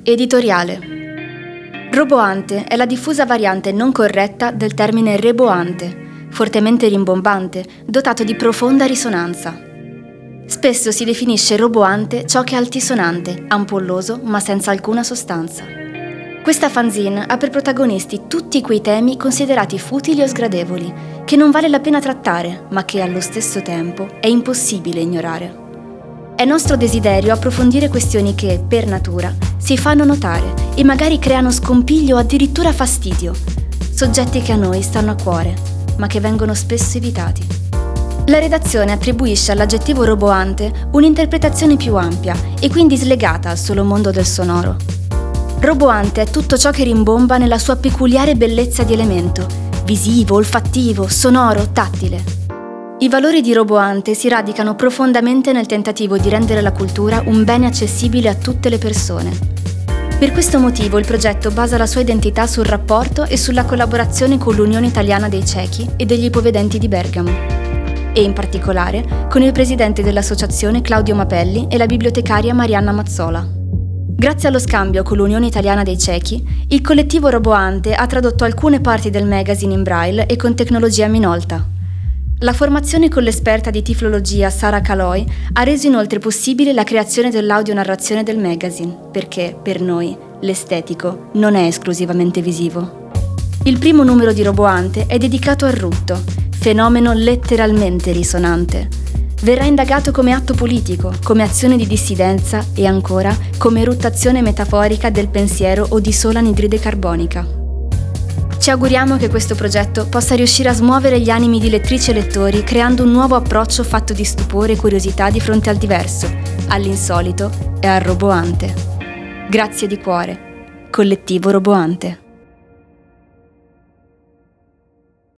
Editoriale. Roboante è la diffusa variante non corretta del termine reboante, fortemente rimbombante, dotato di profonda risonanza. Spesso si definisce roboante ciò che è altisonante, ampolloso, ma senza alcuna sostanza. Questa fanzine ha per protagonisti tutti quei temi considerati futili o sgradevoli, che non vale la pena trattare, ma che allo stesso tempo è impossibile ignorare. È nostro desiderio approfondire questioni che, per natura, si fanno notare e magari creano scompiglio o addirittura fastidio, soggetti che a noi stanno a cuore, ma che vengono spesso evitati. La redazione attribuisce all'aggettivo roboante un'interpretazione più ampia e quindi slegata al solo mondo del sonoro. Roboante è tutto ciò che rimbomba nella sua peculiare bellezza di elemento, visivo, olfattivo, sonoro, tattile. I valori di roboante si radicano profondamente nel tentativo di rendere la cultura un bene accessibile a tutte le persone. Per questo motivo il progetto basa la sua identità sul rapporto e sulla collaborazione con l'Unione Italiana dei Ciechi e degli Ipovedenti di Bergamo, e in particolare con il presidente dell'associazione Claudio Mapelli e la bibliotecaria Marianna Mazzola. Grazie allo scambio con l'Unione Italiana dei Ciechi, il collettivo Roboante ha tradotto alcune parti del magazine in braille e con tecnologia Minolta. La formazione con l'esperta di tiflologia Sara Caloi ha reso inoltre possibile la creazione dell'audionarrazione del magazine, perché, per noi, l'estetico non è esclusivamente visivo. Il primo numero di Roboante è dedicato al rutto, fenomeno letteralmente risonante. Verrà indagato come atto politico, come azione di dissidenza e ancora come eruttazione metaforica del pensiero o di sola anidride carbonica. Ci auguriamo che questo progetto possa riuscire a smuovere gli animi di lettrici e lettori creando un nuovo approccio fatto di stupore e curiosità di fronte al diverso, all'insolito e al roboante. Grazie di cuore. Collettivo Roboante.